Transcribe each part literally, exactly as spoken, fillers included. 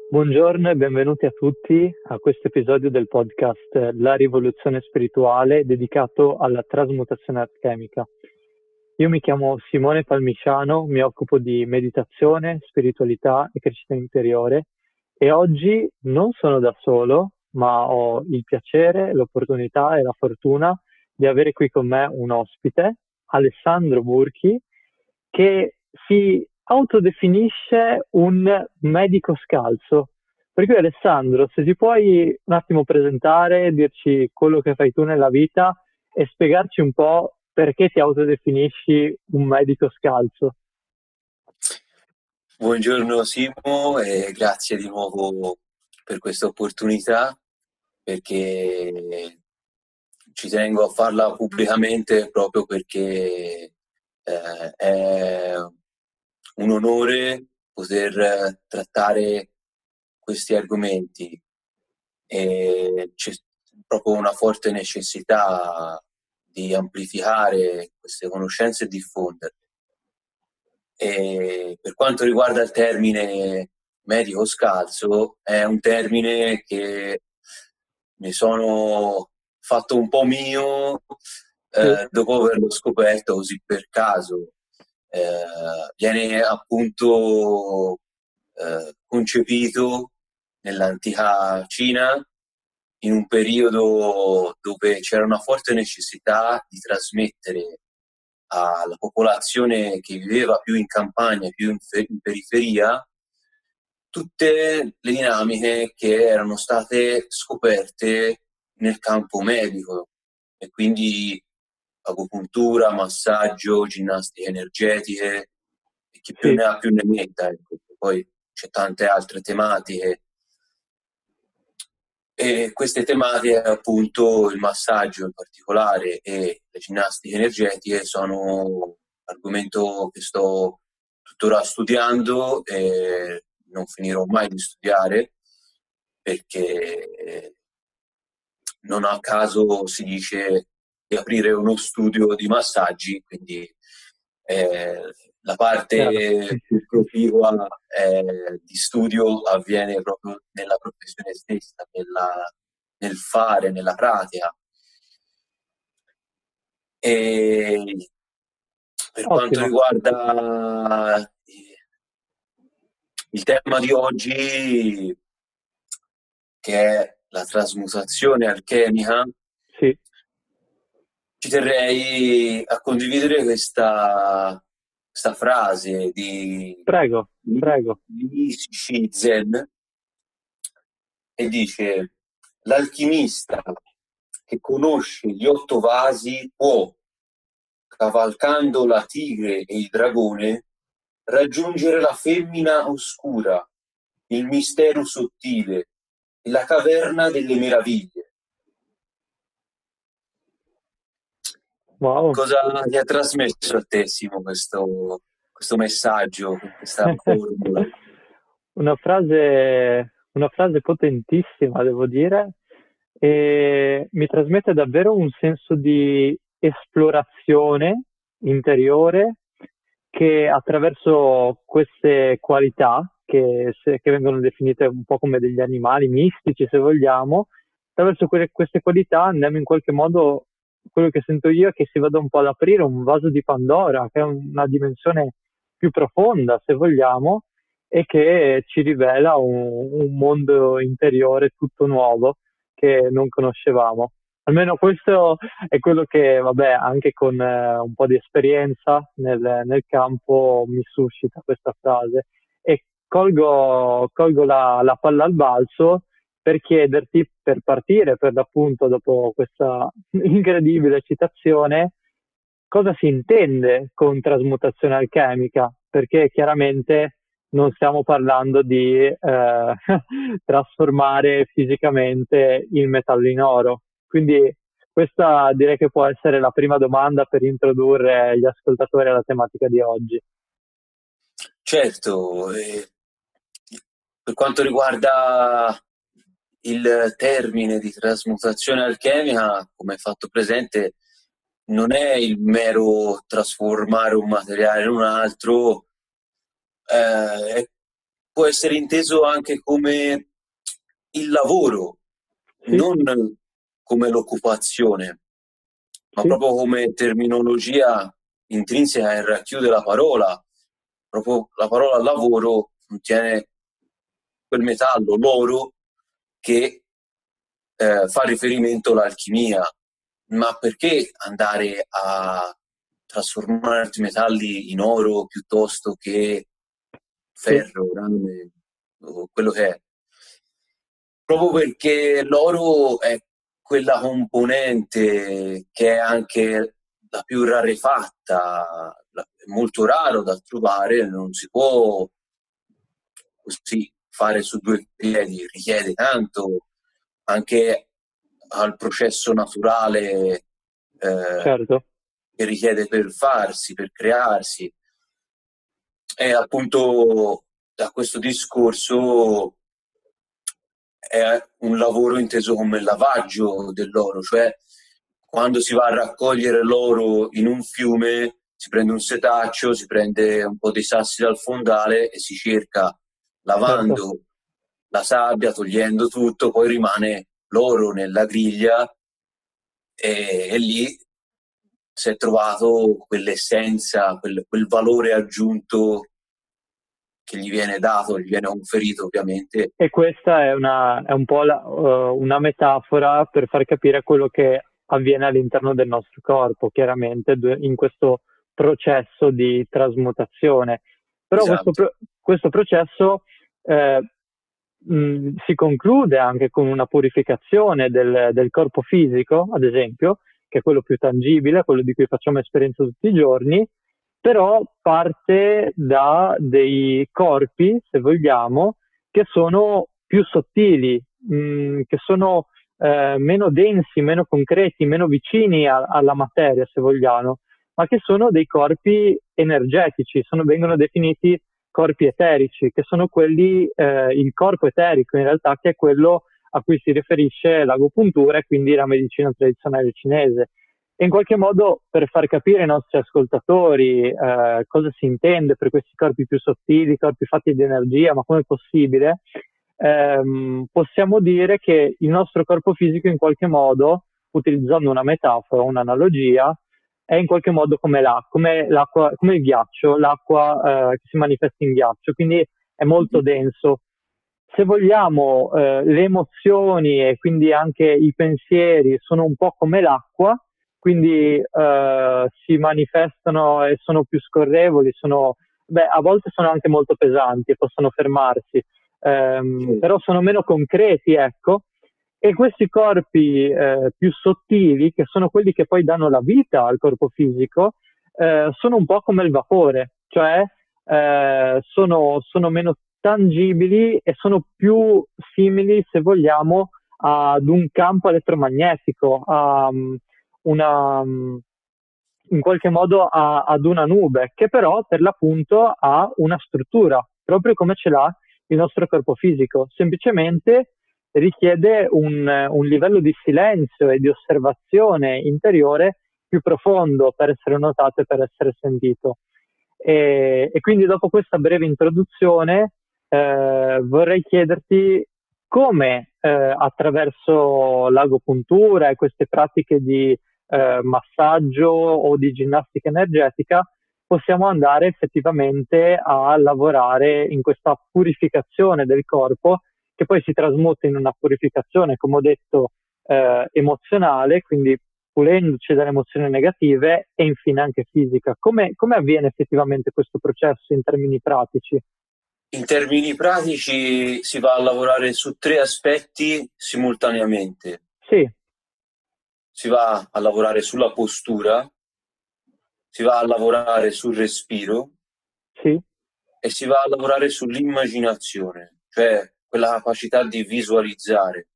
Buongiorno e benvenuti a tutti a questo episodio del podcast La rivoluzione spirituale dedicato alla trasmutazione alchemica. Io mi chiamo Simone Palmiciano, mi occupo di meditazione, spiritualità e crescita interiore e oggi non sono da solo, ma ho il piacere, l'opportunità e la fortuna di avere qui con me un ospite, Alessandro Burchi, che si autodefinisce un medico scalzo. Per cui Alessandro, se ti puoi un attimo presentare, dirci quello che fai tu nella vita e spiegarci un po' perché ti autodefinisci un medico scalzo. Buongiorno Simo e grazie di nuovo per questa opportunità, perché ci tengo a farla pubblicamente proprio perché eh, è un onore poter eh, trattare questi argomenti e c'è proprio una forte necessità di amplificare queste conoscenze e diffonderle. E per quanto riguarda il termine medico scalzo, è un termine che mi sono fatto un po' mio Sì, eh, dopo averlo scoperto così per caso. Eh, viene appunto eh, concepito nell'antica Cina in un periodo dove c'era una forte necessità di trasmettere alla popolazione che viveva più in campagna, più in, fe- in periferia, tutte le dinamiche che erano state scoperte nel campo medico, e quindi agopuntura, massaggio, ginnastiche energetiche, e chi più sì, ne ha più ne metta. Ecco. Poi c'è tante altre tematiche. E queste tematiche, appunto, il massaggio in particolare e le ginnastiche energetiche, sono un argomento che sto tuttora studiando e non finirò mai di studiare, perché non a caso si dice di aprire uno studio di massaggi, quindi eh, la chiaro. Sì, parte sì, più sì. proficua eh, di studio avviene proprio nella professione stessa, nella, nel fare, nella pratica. E per quanto Ottimo. riguarda il tema di oggi, che è la trasmutazione alchemica, Sì, ci terrei a condividere questa, questa frase di prego, prego. Li Shizen, e dice: l'alchimista che conosce gli otto vasi può, cavalcando la tigre e il dragone, raggiungere la femmina oscura, il mistero sottile e la caverna delle meraviglie. Wow. Cosa ti ha trasmesso a te, Simo, questo, questo messaggio, questa formula? Una frase, una frase potentissima, devo dire, e mi trasmette davvero un senso di esplorazione interiore che attraverso queste qualità, che, se- che vengono definite un po' come degli animali mistici, se vogliamo, attraverso quelle- queste qualità andiamo in qualche modo, quello che sento io è che si vada un po' ad aprire un vaso di Pandora, che è una dimensione più profonda, se vogliamo, e che ci rivela un, un mondo interiore tutto nuovo che non conoscevamo. Almeno questo è quello che, vabbè, anche con eh, un po' di esperienza nel, nel campo mi suscita questa frase. E colgo, colgo la, la palla al balzo per chiederti, per partire per l'appunto dopo questa incredibile citazione, cosa si intende con trasmutazione alchemica? Perché chiaramente non stiamo parlando di eh, trasformare fisicamente il metallo in oro. Quindi questa direi che può essere la prima domanda per introdurre gli ascoltatori alla tematica di oggi. Certo, eh, per quanto riguarda il termine di trasmutazione alchemica, come è fatto presente, non è il mero trasformare un materiale in un altro, eh, è può essere inteso anche come il lavoro, Sì, non come l'occupazione, ma sì, proprio come terminologia intrinseca e racchiude la parola. Proprio la parola lavoro contiene quel metallo, l'oro, che eh, fa riferimento all'alchimia. Ma perché andare a trasformare altri metalli in oro piuttosto che sì, ferro, rame, o quello che è? Proprio perché l'oro è quella componente che è anche la più rarefatta, la- è molto raro da trovare, non si può così fare su due piedi, richiede tanto anche al processo naturale eh, certo. che richiede per farsi, per crearsi. E appunto da questo discorso è un lavoro inteso come lavaggio dell'oro, cioè quando si va a raccogliere l'oro in un fiume si prende un setaccio, si prende un po' di sassi dal fondale e si cerca Certo. lavando la sabbia, togliendo tutto, poi rimane l'oro nella griglia e, e lì si è trovato quell'essenza, quel, quel valore aggiunto che gli viene dato, gli viene conferito ovviamente. E questa è una, è un po' la- eh, una metafora per far capire quello che avviene all'interno del nostro corpo, chiaramente d- in questo processo di trasmutazione. Però questo, Esatto. pro- questo processo eh, mh, si conclude anche con una purificazione del, del corpo fisico, ad esempio, che è quello più tangibile, quello di cui facciamo esperienza tutti i giorni, però parte da dei corpi, se vogliamo, che sono più sottili, mh, che sono eh, meno densi, meno concreti, meno vicini a- alla materia, se vogliamo, ma che sono dei corpi energetici, sono- vengono definiti corpi eterici, che sono quelli, eh, il corpo eterico in realtà, che è quello a cui si riferisce l'agopuntura e quindi la medicina tradizionale cinese. E in qualche modo per far capire ai nostri ascoltatori eh, cosa si intende per questi corpi più sottili, corpi fatti di energia, ma come è possibile, ehm, possiamo dire che il nostro corpo fisico in qualche modo, utilizzando una metafora, un'analogia, è in qualche modo come l'acqua, come, l'acqua, come il ghiaccio, l'acqua eh, che si manifesta in ghiaccio, quindi è molto denso. Se vogliamo, eh, le emozioni e quindi anche i pensieri sono un po' come l'acqua, quindi eh, si manifestano e sono più scorrevoli, sono, beh, a volte sono anche molto pesanti e possono fermarsi, ehm, Sì. però sono meno concreti, ecco. E questi corpi eh, più sottili, che sono quelli che poi danno la vita al corpo fisico, eh, sono un po' come il vapore, cioè eh, sono, sono meno tangibili e sono più simili, se vogliamo, ad un campo elettromagnetico, a um, una, um, in qualche modo a, ad una nube, che però per l'appunto ha una struttura, proprio come ce l'ha il nostro corpo fisico. Semplicemente richiede un, un livello di silenzio e di osservazione interiore più profondo per essere notato e per essere sentito. E, e quindi dopo questa breve introduzione eh, vorrei chiederti come eh, attraverso l'agopuntura e queste pratiche di eh, massaggio o di ginnastica energetica possiamo andare effettivamente a lavorare in questa purificazione del corpo che poi si trasmuta in una purificazione, come ho detto, eh, emozionale, quindi pulendoci dalle emozioni negative e infine anche fisica. Come, come avviene effettivamente questo processo in termini pratici? In termini pratici si va a lavorare su tre aspetti simultaneamente. Sì, Si va a lavorare sulla postura, si va a lavorare sul respiro sì, e si va a lavorare sull'immaginazione, cioè quella capacità di visualizzare.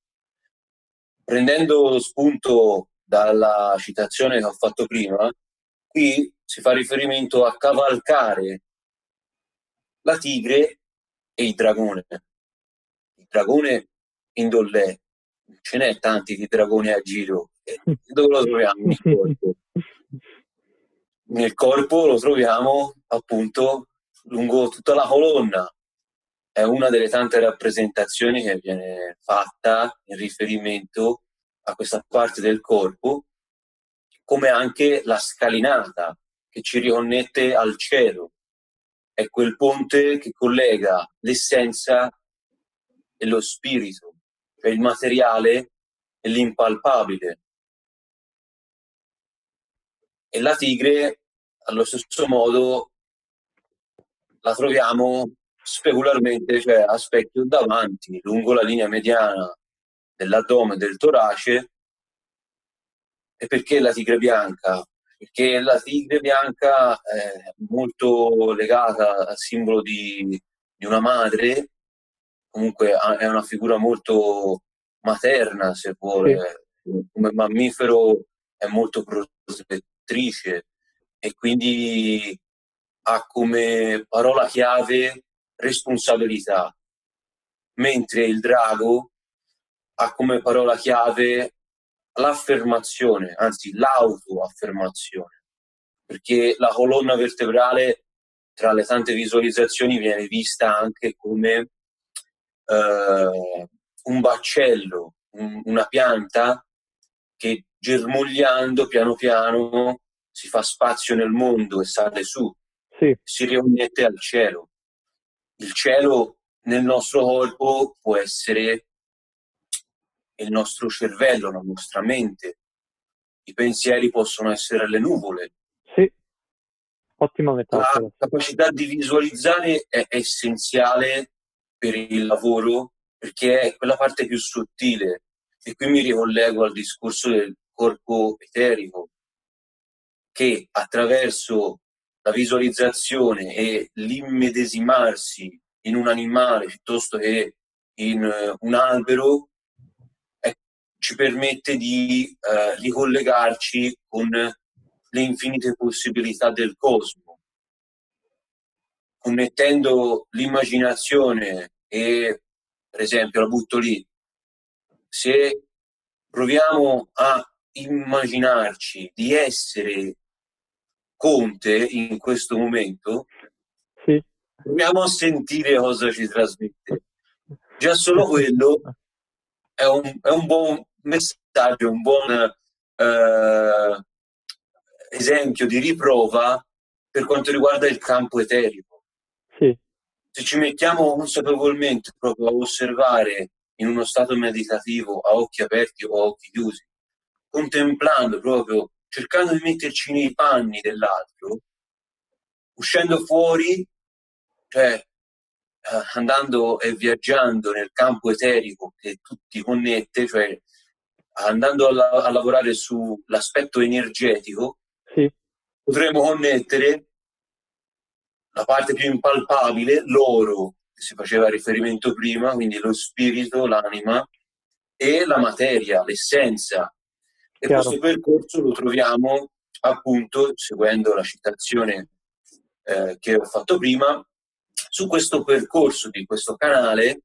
Prendendo spunto dalla citazione che ho fatto prima, qui si fa riferimento a cavalcare la tigre e il dragone. Il dragone in Dollè, ce n'è tanti di dragoni a giro. E dove lo troviamo nel corpo? Nel corpo lo troviamo appunto lungo tutta la colonna. è una delle tante rappresentazioni che viene fatta in riferimento a questa parte del corpo, come anche la scalinata che ci riconnette al cielo. È quel ponte che collega l'essenza e lo spirito, cioè il materiale e l'impalpabile. E la tigre, allo stesso modo, la troviamo specularmente, cioè a specchio davanti, lungo la linea mediana dell'addome e del torace. E perché la tigre bianca? Perché la tigre bianca è molto legata al simbolo di, di una madre, comunque è una figura molto materna, se vuole, sì. Come mammifero è molto protettrice e quindi ha come parola chiave responsabilità, mentre il drago ha come parola chiave l'affermazione, anzi l'autoaffermazione, perché la colonna vertebrale, tra le tante visualizzazioni, viene vista anche come eh, un baccello, un, una pianta che germogliando piano piano si fa spazio nel mondo e sale su, sì. si riunisce al cielo. Il cielo nel nostro corpo può essere il nostro cervello, la nostra mente. I pensieri possono essere le nuvole. Sì, ottima metafora. La capacità di visualizzare è essenziale per il lavoro perché è quella parte più sottile. E qui mi ricollego al discorso del corpo eterico, che attraverso la visualizzazione e l'immedesimarsi in un animale piuttosto che in uh, un albero eh, ci permette di uh, ricollegarci con le infinite possibilità del cosmo, connettendo l'immaginazione e, per esempio, la butto lì, se proviamo a immaginarci di essere Conte in questo momento, sì. proviamo a sentire cosa ci trasmette. Già solo quello è un, è un buon messaggio, un buon eh, esempio di riprova per quanto riguarda il campo eterico. Sì. Se ci mettiamo consapevolmente proprio a osservare in uno stato meditativo a occhi aperti o a occhi chiusi, contemplando proprio, cercando di metterci nei panni dell'altro, uscendo fuori, cioè eh, andando e viaggiando nel campo eterico che tutti connette, cioè andando a, la- a lavorare sull'aspetto energetico, sì. potremo connettere la parte più impalpabile, l'oro, che si faceva riferimento prima, quindi lo spirito, l'anima, e la materia, l'essenza. E Chiaro. questo percorso lo troviamo appunto, seguendo la citazione eh, che ho fatto prima, su questo percorso di questo canale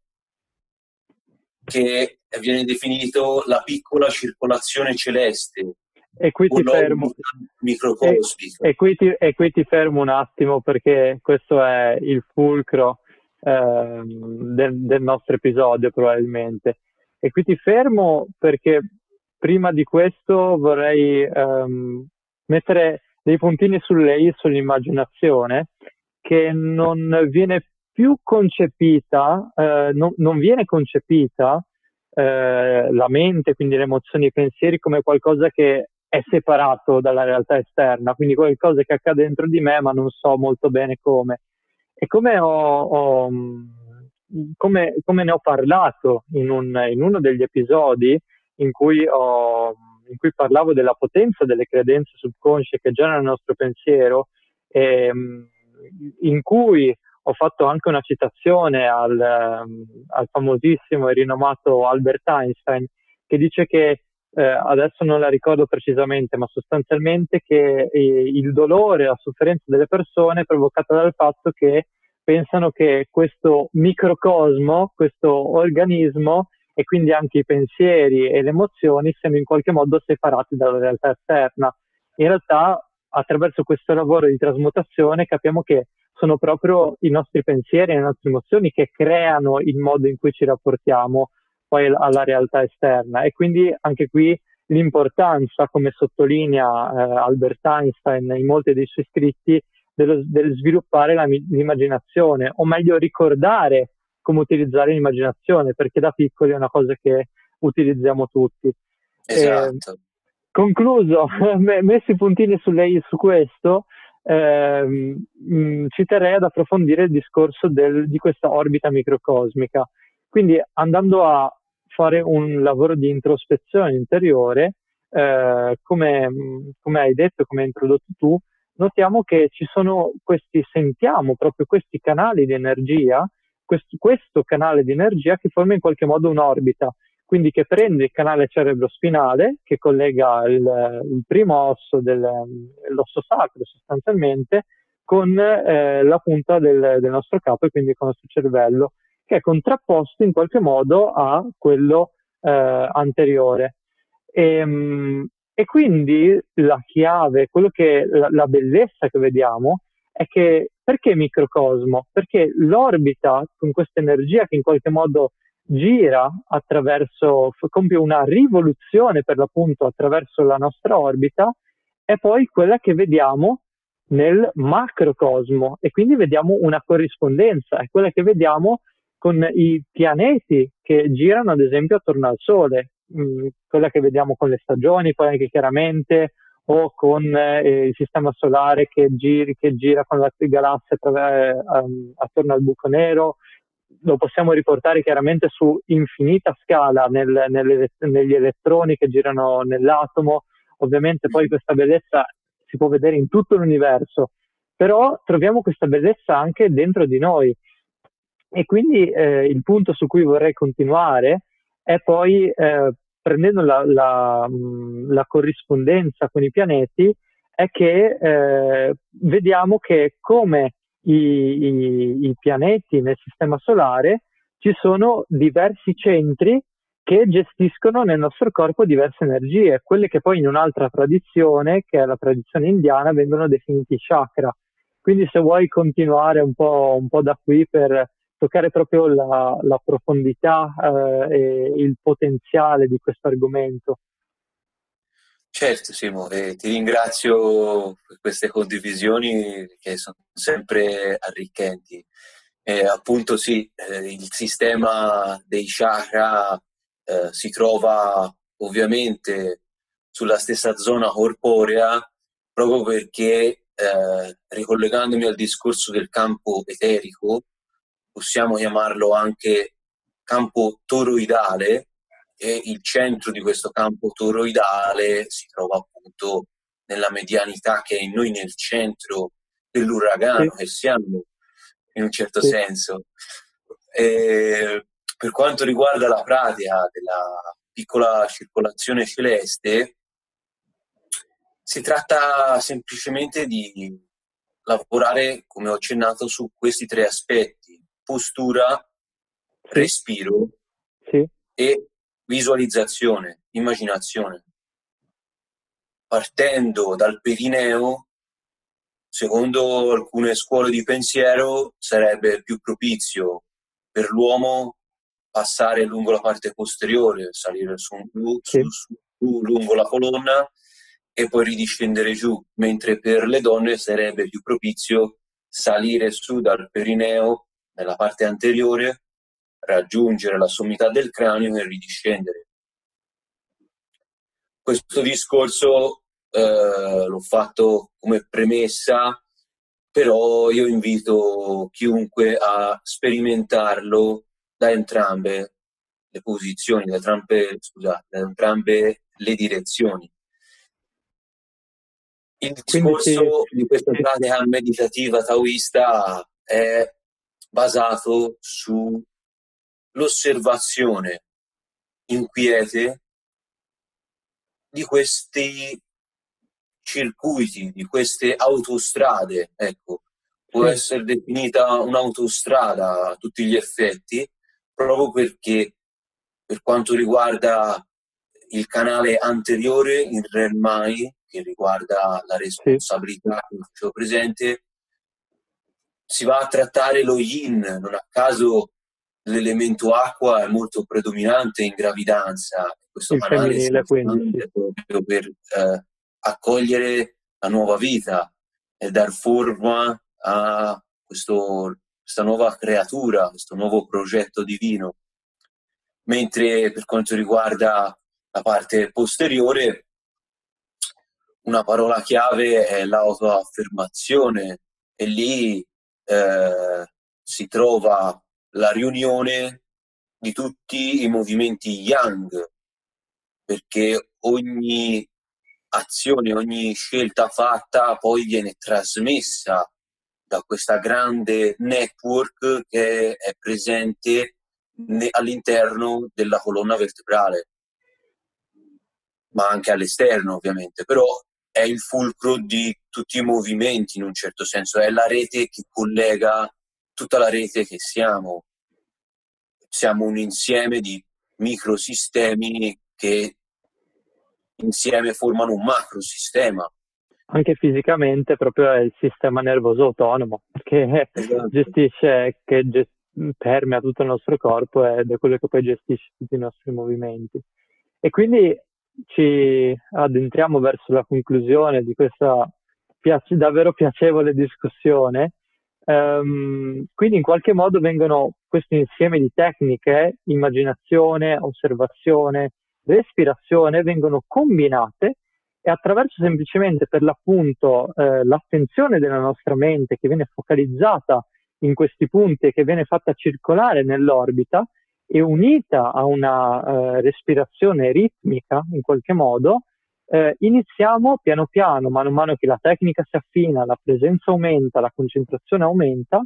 che viene definito la piccola circolazione celeste. E qui ti fermo. Microcosmica. E, e, qui ti, e qui ti fermo un attimo perché questo è il fulcro eh, del, del nostro episodio probabilmente. E qui ti fermo perché prima di questo vorrei ehm, mettere dei puntini sulle i sull'immaginazione che non viene più concepita, eh, non, non viene concepita eh, la mente, quindi le emozioni e i pensieri come qualcosa che è separato dalla realtà esterna, quindi qualcosa che accade dentro di me ma non so molto bene come. E come, ho, ho, come, come ne ho parlato in, un, in uno degli episodi in cui, ho, in cui parlavo della potenza delle credenze subconsce che generano il nostro pensiero, e, in cui ho fatto anche una citazione al, al famosissimo e rinomato Albert Einstein, che dice che eh, adesso non la ricordo precisamente, ma sostanzialmente che eh, il dolore, la sofferenza delle persone è provocata dal fatto che pensano che questo microcosmo, questo organismo e quindi anche i pensieri e le emozioni siano in qualche modo separati dalla realtà esterna. In realtà, attraverso questo lavoro di trasmutazione capiamo che sono proprio i nostri pensieri e le nostre emozioni che creano il modo in cui ci rapportiamo poi alla realtà esterna. E quindi anche qui l'importanza, come sottolinea eh, Albert Einstein in molti dei suoi scritti, dello, del sviluppare la, l'immaginazione, o meglio ricordare come utilizzare l'immaginazione, perché da piccoli è una cosa che utilizziamo tutti. Esatto. Eh, concluso, messi i puntini su lei su questo, ehm, mh, ci terrei ad approfondire il discorso del, di questa orbita microcosmica. Quindi andando a fare un lavoro di introspezione interiore, eh, come, come hai detto, come hai introdotto tu, notiamo che ci sono questi, sentiamo proprio questi canali di energia, questo, questo canale di energia che forma in qualche modo un'orbita, quindi che prende il canale cerebrospinale, che collega il, il primo osso, dell'osso sacro sostanzialmente, con eh, la punta del, del nostro capo e quindi con il nostro cervello, che è contrapposto in qualche modo a quello eh, anteriore. E, e quindi la chiave, quello che, la, la bellezza che vediamo è che perché microcosmo? Perché l'orbita con questa energia che in qualche modo gira attraverso, compie una rivoluzione per l'appunto attraverso la nostra orbita, è poi quella che vediamo nel macrocosmo e quindi vediamo una corrispondenza, è quella che vediamo con i pianeti che girano ad esempio attorno al Sole, mh, quella che vediamo con le stagioni, poi anche chiaramente, o con eh, il sistema solare che, giri, che gira con le galassie attraver- um, attorno al buco nero. Lo possiamo riportare chiaramente su infinita scala nel, nelle, negli elettroni che girano nell'atomo. Ovviamente poi questa bellezza si può vedere in tutto l'universo, però troviamo questa bellezza anche dentro di noi. E quindi eh, il punto su cui vorrei continuare è poi, eh, prendendo la, la, la, corrispondenza con i pianeti, è che eh, vediamo che come i, i, i pianeti nel sistema solare ci sono diversi centri che gestiscono nel nostro corpo diverse energie, quelle che poi in un'altra tradizione, che è la tradizione indiana, vengono definiti chakra. Quindi se vuoi continuare un po', un po' da qui per toccare proprio la, la profondità eh, e il potenziale di questo argomento. Certo, Simo, eh, ti ringrazio per queste condivisioni che sono sempre arricchenti. Eh, appunto sì, eh, il sistema dei chakra eh, si trova ovviamente sulla stessa zona corporea proprio perché, eh, ricollegandomi al discorso del campo eterico, possiamo chiamarlo anche campo toroidale, e il centro di questo campo toroidale si trova appunto nella medianità che è in noi, nel centro dell'uragano Sì, che siamo in un certo sì, senso. E per quanto riguarda la pratica della piccola circolazione celeste, si tratta semplicemente di lavorare, come ho accennato, su questi tre aspetti: postura, sì, respiro sì, e visualizzazione, immaginazione. Partendo dal perineo, secondo alcune scuole di pensiero, sarebbe più propizio per l'uomo passare lungo la parte posteriore, salire su, su, sì, su, su lungo la colonna e poi ridiscendere giù, mentre per le donne sarebbe più propizio salire su dal perineo nella parte anteriore, raggiungere la sommità del cranio e ridiscendere. Questo discorso eh, l'ho fatto come premessa, però io invito chiunque a sperimentarlo da entrambe le posizioni, da entrambe, scusate, da entrambe le direzioni. Il quindi sì, discorso di questa sì, pratica meditativa taoista è basato sull'osservazione inquiete di questi circuiti, di queste autostrade, ecco, può sì, essere definita un'autostrada a tutti gli effetti, proprio perché per quanto riguarda il canale anteriore, il Real Mai, che riguarda la sì, responsabilità che facevo presente, si va a trattare lo yin, non a caso l'elemento acqua è molto predominante in gravidanza. Questo Il canale si femminile, quindi sì. espande proprio per eh, accogliere la nuova vita e dar forma a questo, questa nuova creatura, questo nuovo progetto divino. Mentre per quanto riguarda la parte posteriore, una parola chiave è l'autoaffermazione e lì eh, si trova la riunione di tutti i movimenti yang, perché ogni azione, ogni scelta fatta poi viene trasmessa da questa grande network che è presente all'interno della colonna vertebrale, ma anche all'esterno ovviamente, però è il fulcro di tutti i movimenti in un certo senso, è la rete che collega tutta la rete che siamo. Siamo un insieme di microsistemi che insieme formano un macrosistema. Anche fisicamente proprio è il sistema nervoso autonomo, perché Esatto. gestisce, che gest- permea tutto il nostro corpo ed è quello che poi gestisce tutti i nostri movimenti. E quindi ci addentriamo verso la conclusione di questa piace- davvero piacevole discussione. Ehm, quindi in qualche modo vengono questo insieme di tecniche, immaginazione, osservazione, respirazione, vengono combinate e attraverso semplicemente per l'appunto eh, l'attenzione della nostra mente che viene focalizzata in questi punti e che viene fatta circolare nell'orbita e unita a una eh, respirazione ritmica in qualche modo, eh, iniziamo piano piano, mano a mano che la tecnica si affina, la presenza aumenta, la concentrazione aumenta,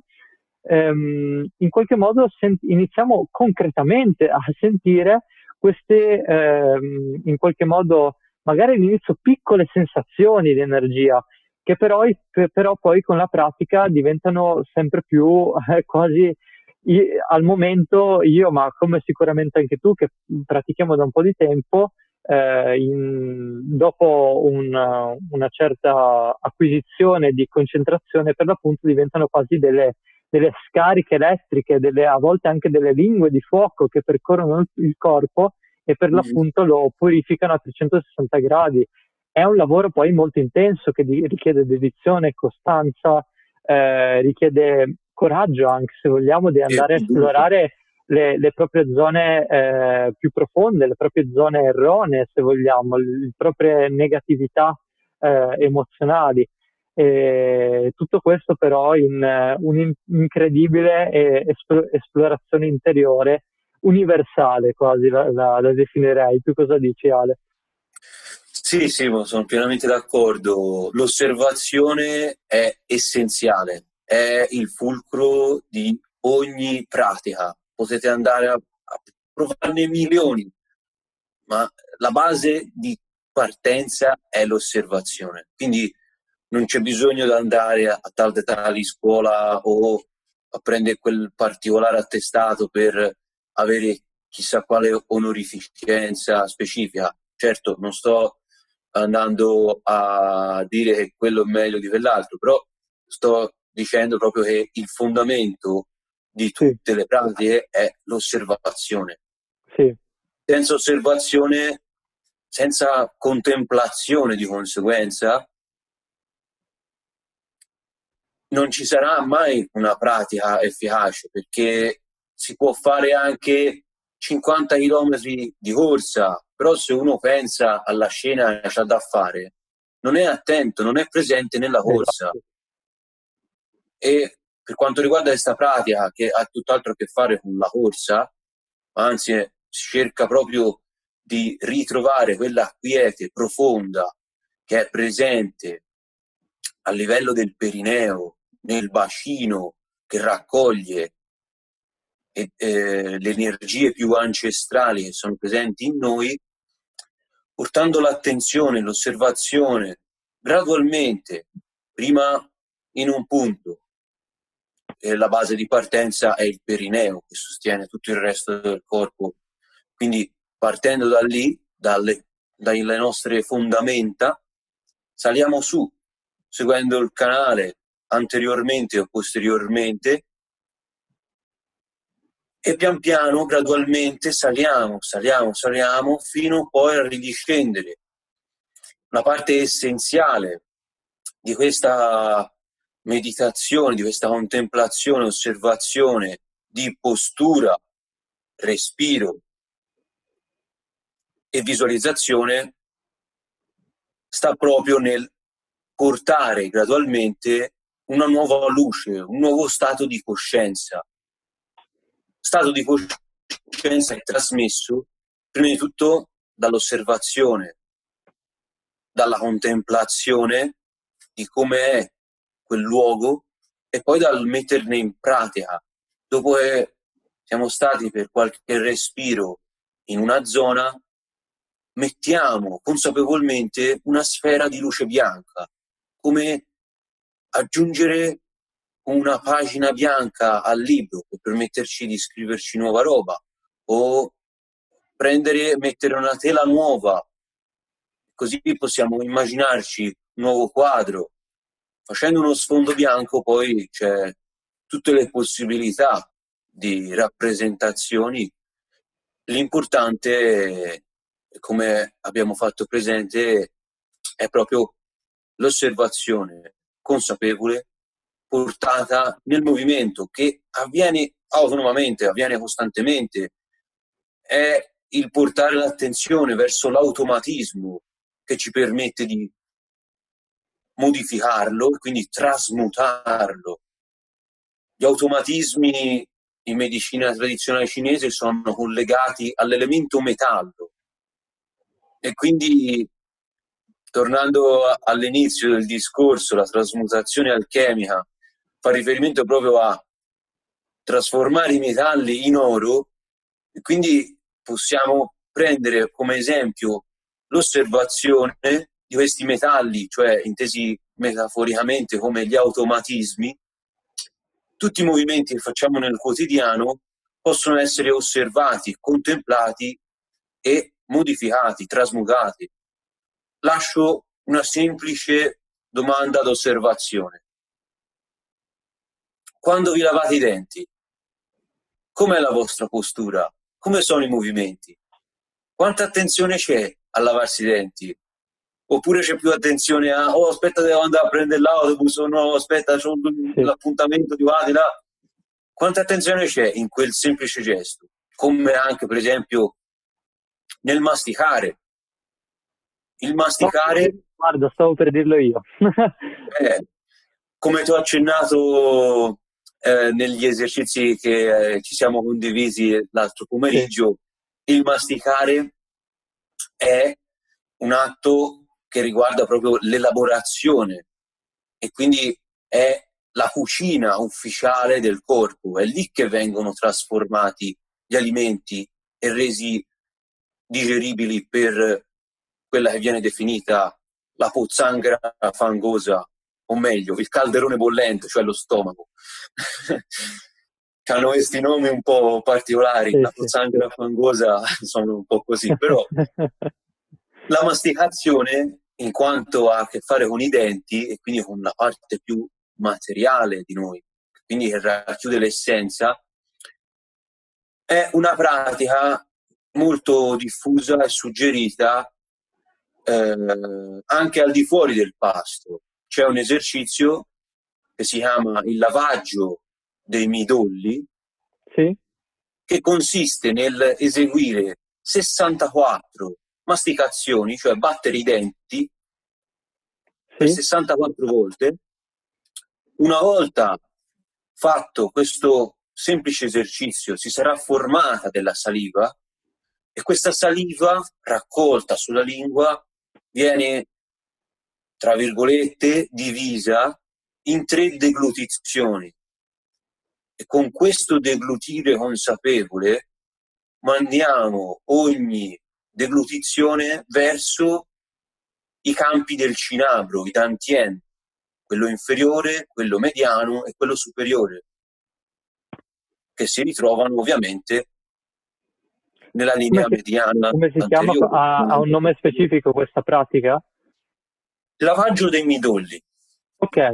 ehm, in qualche modo sen- iniziamo concretamente a sentire queste, ehm, in qualche modo, magari all'inizio piccole sensazioni di energia, che però, però poi con la pratica diventano sempre più eh, quasi io, al momento io, ma come sicuramente anche tu che pratichiamo da un po' di tempo, eh, in, dopo una, una certa acquisizione di concentrazione per l'appunto diventano quasi delle, delle scariche elettriche, delle, a volte anche delle lingue di fuoco che percorrono il, il corpo e per l'appunto lo purificano a trecentosessanta gradi. È un lavoro poi molto intenso che di, richiede dedizione, costanza, eh, richiede coraggio anche se vogliamo di andare a esplorare le, le proprie zone eh, più profonde, le proprie zone erronee se vogliamo, le proprie negatività eh, emozionali. E tutto questo però in uh, un'incredibile espl- esplorazione interiore universale quasi la, la, la definirei. Tu cosa dici, Ale? Sì, sì, sono pienamente d'accordo. L'osservazione è essenziale, è il fulcro di ogni pratica. Potete andare a, a provarne milioni, ma la base di partenza è l'osservazione. Quindi non c'è bisogno di andare a, a tal età di scuola o a prendere quel particolare attestato per avere chissà quale onorificenza specifica. Certo, non sto andando a dire che quello è meglio di quell'altro, però sto dicendo proprio che il fondamento di Sì, tutte le pratiche è l'osservazione. sì, Senza osservazione, senza contemplazione di conseguenza, non ci sarà mai una pratica efficace, perché si può fare anche cinquanta chilometri di corsa, però se uno pensa alla scena che c'ha da fare, non è attento, non è presente nella corsa. esatto. E per quanto riguarda questa pratica, che ha tutt'altro a che fare con la corsa, anzi si cerca proprio di ritrovare quella quiete profonda che è presente a livello del perineo, nel bacino che raccoglie e, eh, le energie più ancestrali che sono presenti in noi, portando l'attenzione, l'osservazione gradualmente, prima in un punto. E la base di partenza è il perineo che sostiene tutto il resto del corpo. Quindi partendo da lì, dalle, dalle nostre fondamenta, saliamo su, seguendo il canale anteriormente o posteriormente, e pian piano, gradualmente, saliamo, saliamo, saliamo, fino poi a ridiscendere. Una parte essenziale di questa meditazione, di questa contemplazione, osservazione di postura, respiro e visualizzazione sta proprio nel portare gradualmente una nuova luce, un nuovo stato di coscienza. Stato di coscienza è trasmesso prima di tutto dall'osservazione, dalla contemplazione di come è quel luogo e poi dal metterne in pratica. Dopo che siamo stati per qualche respiro in una zona, mettiamo consapevolmente una sfera di luce bianca, come aggiungere una pagina bianca al libro per permetterci di scriverci nuova roba, o prendere, mettere una tela nuova, così possiamo immaginarci un nuovo quadro. Facendo uno sfondo bianco poi c'è tutte le possibilità di rappresentazioni. L'importante, come abbiamo fatto presente, è proprio l'osservazione consapevole portata nel movimento, che avviene autonomamente, avviene costantemente. È il portare l'attenzione verso l'automatismo che ci permette di modificarlo e quindi trasmutarlo. Gli automatismi in medicina tradizionale cinese sono collegati all'elemento metallo, e quindi, tornando all'inizio del discorso, la trasmutazione alchemica fa riferimento proprio a trasformare i metalli in oro, e quindi possiamo prendere come esempio l'osservazione di questi metalli, cioè intesi metaforicamente come gli automatismi. Tutti i movimenti che facciamo nel quotidiano possono essere osservati, contemplati e modificati, trasmutati. Lascio una semplice domanda d'osservazione. Quando vi lavate i denti, com'è la vostra postura? Come sono i movimenti? Quanta attenzione c'è a lavarsi i denti? Oppure c'è più attenzione a oh, aspetta, devo andare a prendere l'autobus, o no, aspetta, c'ho Sì. l'appuntamento di qua, di là. Quanta attenzione c'è in quel semplice gesto? Come anche, per esempio, nel masticare. Il masticare... Guarda, stavo per dirlo io. eh, come ti ho accennato eh, negli esercizi che eh, ci siamo condivisi l'altro pomeriggio, sì. Il masticare è un atto che riguarda proprio l'elaborazione, e quindi è la cucina ufficiale del corpo. È lì che vengono trasformati gli alimenti e resi digeribili per quella che viene definita la pozzanghera fangosa, o meglio, il calderone bollente, cioè lo stomaco. Hanno questi nomi un po' particolari, sì, la pozzanghera sì. fangosa sono un po' così, però la masticazione, in quanto ha a che fare con i denti e quindi con la parte più materiale di noi, quindi che racchiude l'essenza, è una pratica molto diffusa e suggerita eh, anche al di fuori del pasto. C'è un esercizio che si chiama il lavaggio dei midolli, sì. che consiste nel eseguire sessantaquattro masticazioni, cioè battere i denti sì. per sessantaquattro volte. Una volta fatto questo semplice esercizio si sarà formata della saliva, e questa saliva raccolta sulla lingua viene, tra virgolette, divisa in tre deglutizioni, e con questo deglutire consapevole mandiamo ogni deglutizione verso i campi del cinabro, i dantien, quello inferiore, quello mediano e quello superiore, che si ritrovano ovviamente nella linea come si, mediana. Come si chiama? Ha, ha un nome specifico questa pratica? Lavaggio dei midolli. Ok.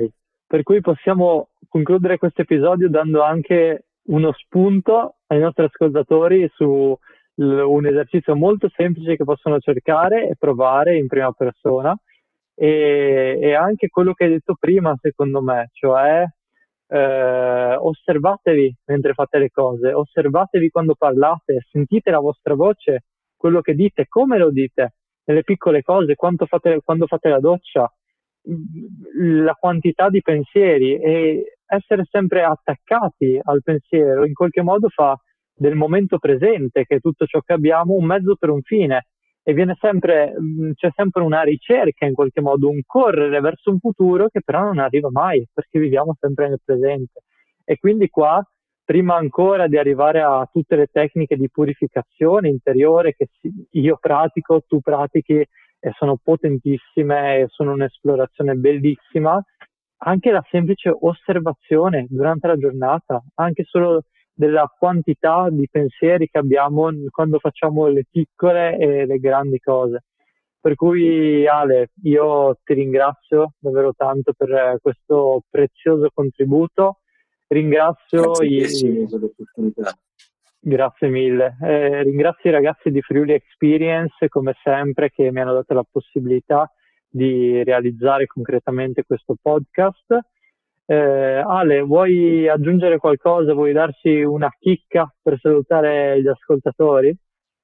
Per cui possiamo concludere questo episodio dando anche uno spunto ai nostri ascoltatori su l- un esercizio molto semplice che possono cercare e provare in prima persona e, e anche quello che hai detto prima, secondo me, cioè eh, osservatevi mentre fate le cose, osservatevi quando parlate, sentite la vostra voce, quello che dite, come lo dite, nelle piccole cose, quando fate, quando fate la doccia, la quantità di pensieri e essere sempre attaccati al pensiero in qualche modo fa del momento presente, che è tutto ciò che abbiamo, un mezzo per un fine e viene sempre, mh, c'è sempre una ricerca in qualche modo, un correre verso un futuro che però non arriva mai perché viviamo sempre nel presente. E quindi qua, prima ancora di arrivare a tutte le tecniche di purificazione interiore che si- io pratico, tu pratichi e sono potentissime e sono un'esplorazione bellissima, anche la semplice osservazione durante la giornata, anche solo della quantità di pensieri che abbiamo quando facciamo le piccole e le grandi cose. Per cui Ale, io ti ringrazio davvero tanto per eh, questo prezioso contributo. Ringrazio Grazie a te, i, Simo, per l'opportunità. Grazie mille. Eh, ringrazio i ragazzi di Friuli Experience, come sempre, che mi hanno dato la possibilità di realizzare concretamente questo podcast. Eh, Ale, vuoi aggiungere qualcosa? Vuoi darci una chicca per salutare gli ascoltatori?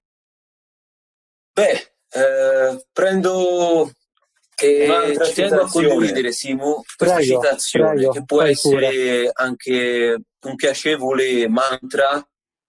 Beh, eh, prendo e ci tengo a condividere, Simo, questa Prego, citazione che prego, può fai pure. essere anche un piacevole mantra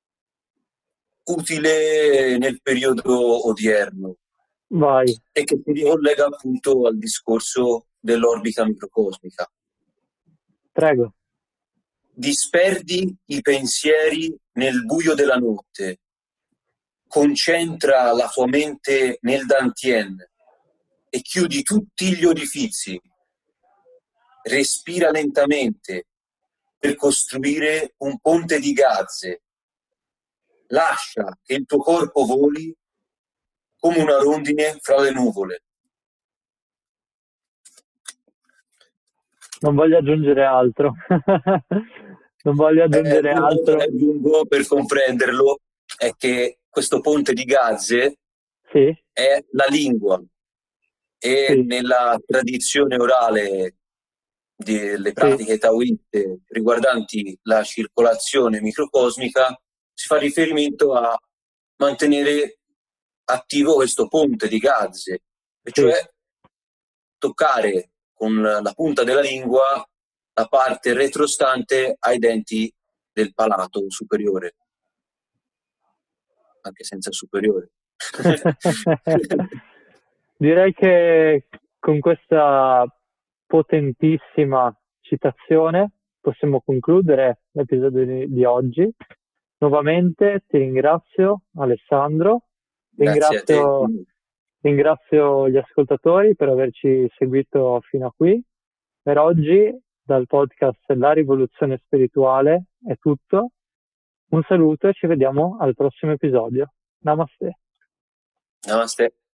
utile nel periodo odierno Vai, e che si ricollega appunto al discorso dell'orbita microcosmica. prego. Disperdi i pensieri nel buio della notte, concentra la tua mente nel Dantien e chiudi tutti gli orifizi. Respira lentamente per costruire un ponte di gazze. Lascia che il tuo corpo voli come una rondine fra le nuvole. Non voglio aggiungere altro. Non voglio Eh, aggiungere l'unica cosa che altro. aggiungo per comprenderlo è che questo ponte di gazze Sì, è la lingua e sì, nella tradizione orale delle sì. pratiche taoiste riguardanti la circolazione microcosmica si fa riferimento a mantenere attivo questo ponte di gazze, e Sì, cioè toccare con la punta della lingua la parte retrostante ai denti del palato superiore, anche senza superiore. direi che con questa potentissima citazione possiamo concludere l'episodio di, di oggi. Nuovamente ti ringrazio Alessandro, Grazie a te. ringrazio, ringrazio gli ascoltatori per averci seguito fino a qui. Per oggi dal podcast La rivoluzione spirituale è tutto. Un saluto e ci vediamo al prossimo episodio. Namaste. Namaste.